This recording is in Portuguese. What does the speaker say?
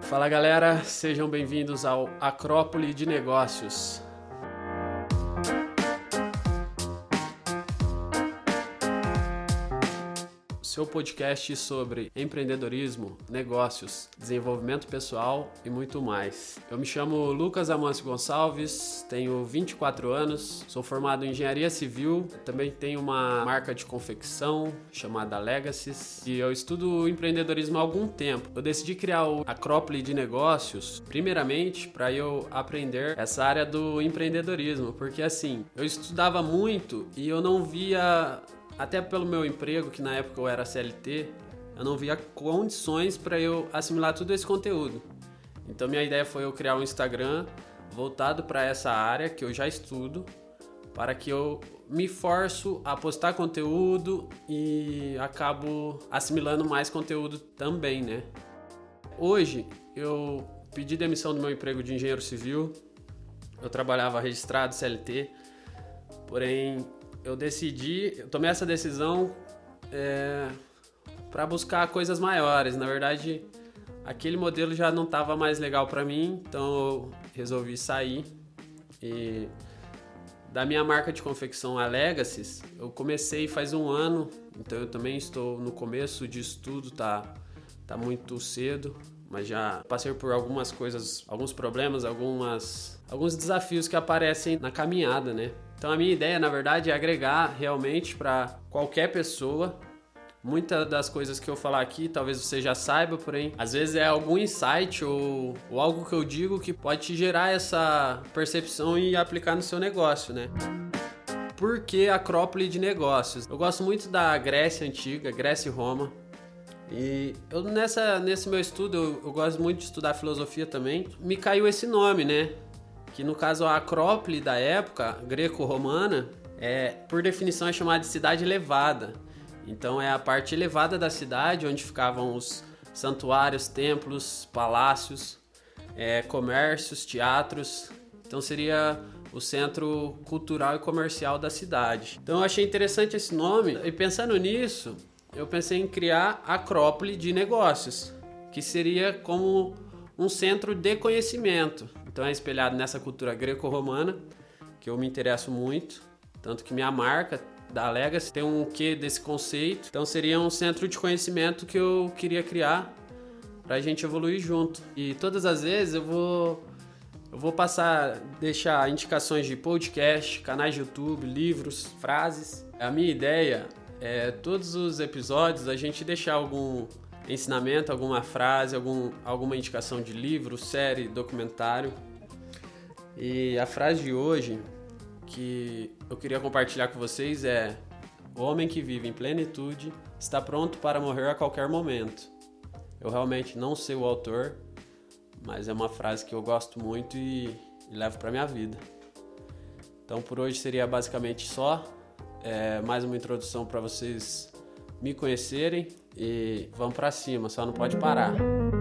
Fala galera, sejam bem-vindos ao Acrópole de Negócios. Seu podcast sobre empreendedorismo, negócios, desenvolvimento pessoal e muito mais. Eu me chamo Lucas Amâncio Gonçalves, tenho 24 anos, sou formado em engenharia civil, também tenho uma marca de confecção chamada Legacies e eu estudo empreendedorismo há algum tempo. Eu decidi criar o Acrópole de Negócios, primeiramente para eu aprender essa área do empreendedorismo, porque assim, eu estudava muito e eu não via... Até pelo meu emprego, que na época eu era CLT, eu não via condições para eu assimilar todo esse conteúdo. Então minha ideia foi eu criar um Instagram voltado para essa área que eu já estudo, para que eu me forço a postar conteúdo e acabo assimilando mais conteúdo também, né? Hoje eu pedi demissão do meu emprego de engenheiro civil, eu trabalhava registrado CLT, porém... Eu tomei essa decisão para buscar coisas maiores. Na verdade, aquele modelo já não estava mais legal para mim, então eu resolvi sair. E da minha marca de confecção, a Legacies, eu comecei faz um ano, então eu também estou no começo de estudo, tá muito cedo, mas já passei por algumas coisas, alguns problemas, alguns desafios que aparecem na caminhada, né? Então a minha ideia, na verdade, é agregar realmente para qualquer pessoa. Muitas das coisas que eu falar aqui, talvez você já saiba, porém, às vezes é algum insight ou algo que eu digo que pode te gerar essa percepção e aplicar no seu negócio, né? Por que Acrópole de Negócios? Eu gosto muito da Grécia Antiga, Grécia e Roma. E eu nesse meu estudo, eu gosto muito de estudar filosofia também. Me caiu esse nome, né? Que no caso a Acrópole da época, greco-romana, por definição é chamada de cidade elevada. Então é a parte elevada da cidade, onde ficavam os santuários, templos, palácios, comércios, teatros. Então seria o centro cultural e comercial da cidade. Então eu achei interessante esse nome e pensando nisso, eu pensei em criar Acrópole de Negócios, que seria como um centro de conhecimento. Então é espelhado nessa cultura greco-romana, que eu me interesso muito, tanto que minha marca da Legacy tem um quê desse conceito. Então seria um centro de conhecimento que eu queria criar para a gente evoluir junto. E todas as vezes eu vou deixar indicações de podcast, canais de YouTube, livros, frases. A minha ideia é todos os episódios a gente deixar algum ensinamento, alguma frase, alguma indicação de livro, série, documentário. E a frase de hoje que eu queria compartilhar com vocês é: o homem que vive em plenitude está pronto para morrer a qualquer momento. Eu realmente não sei o autor, mas é uma frase que eu gosto muito e levo para minha vida. Então por hoje seria basicamente só. Mais uma introdução para vocês me conhecerem e vamos para cima, só não pode parar.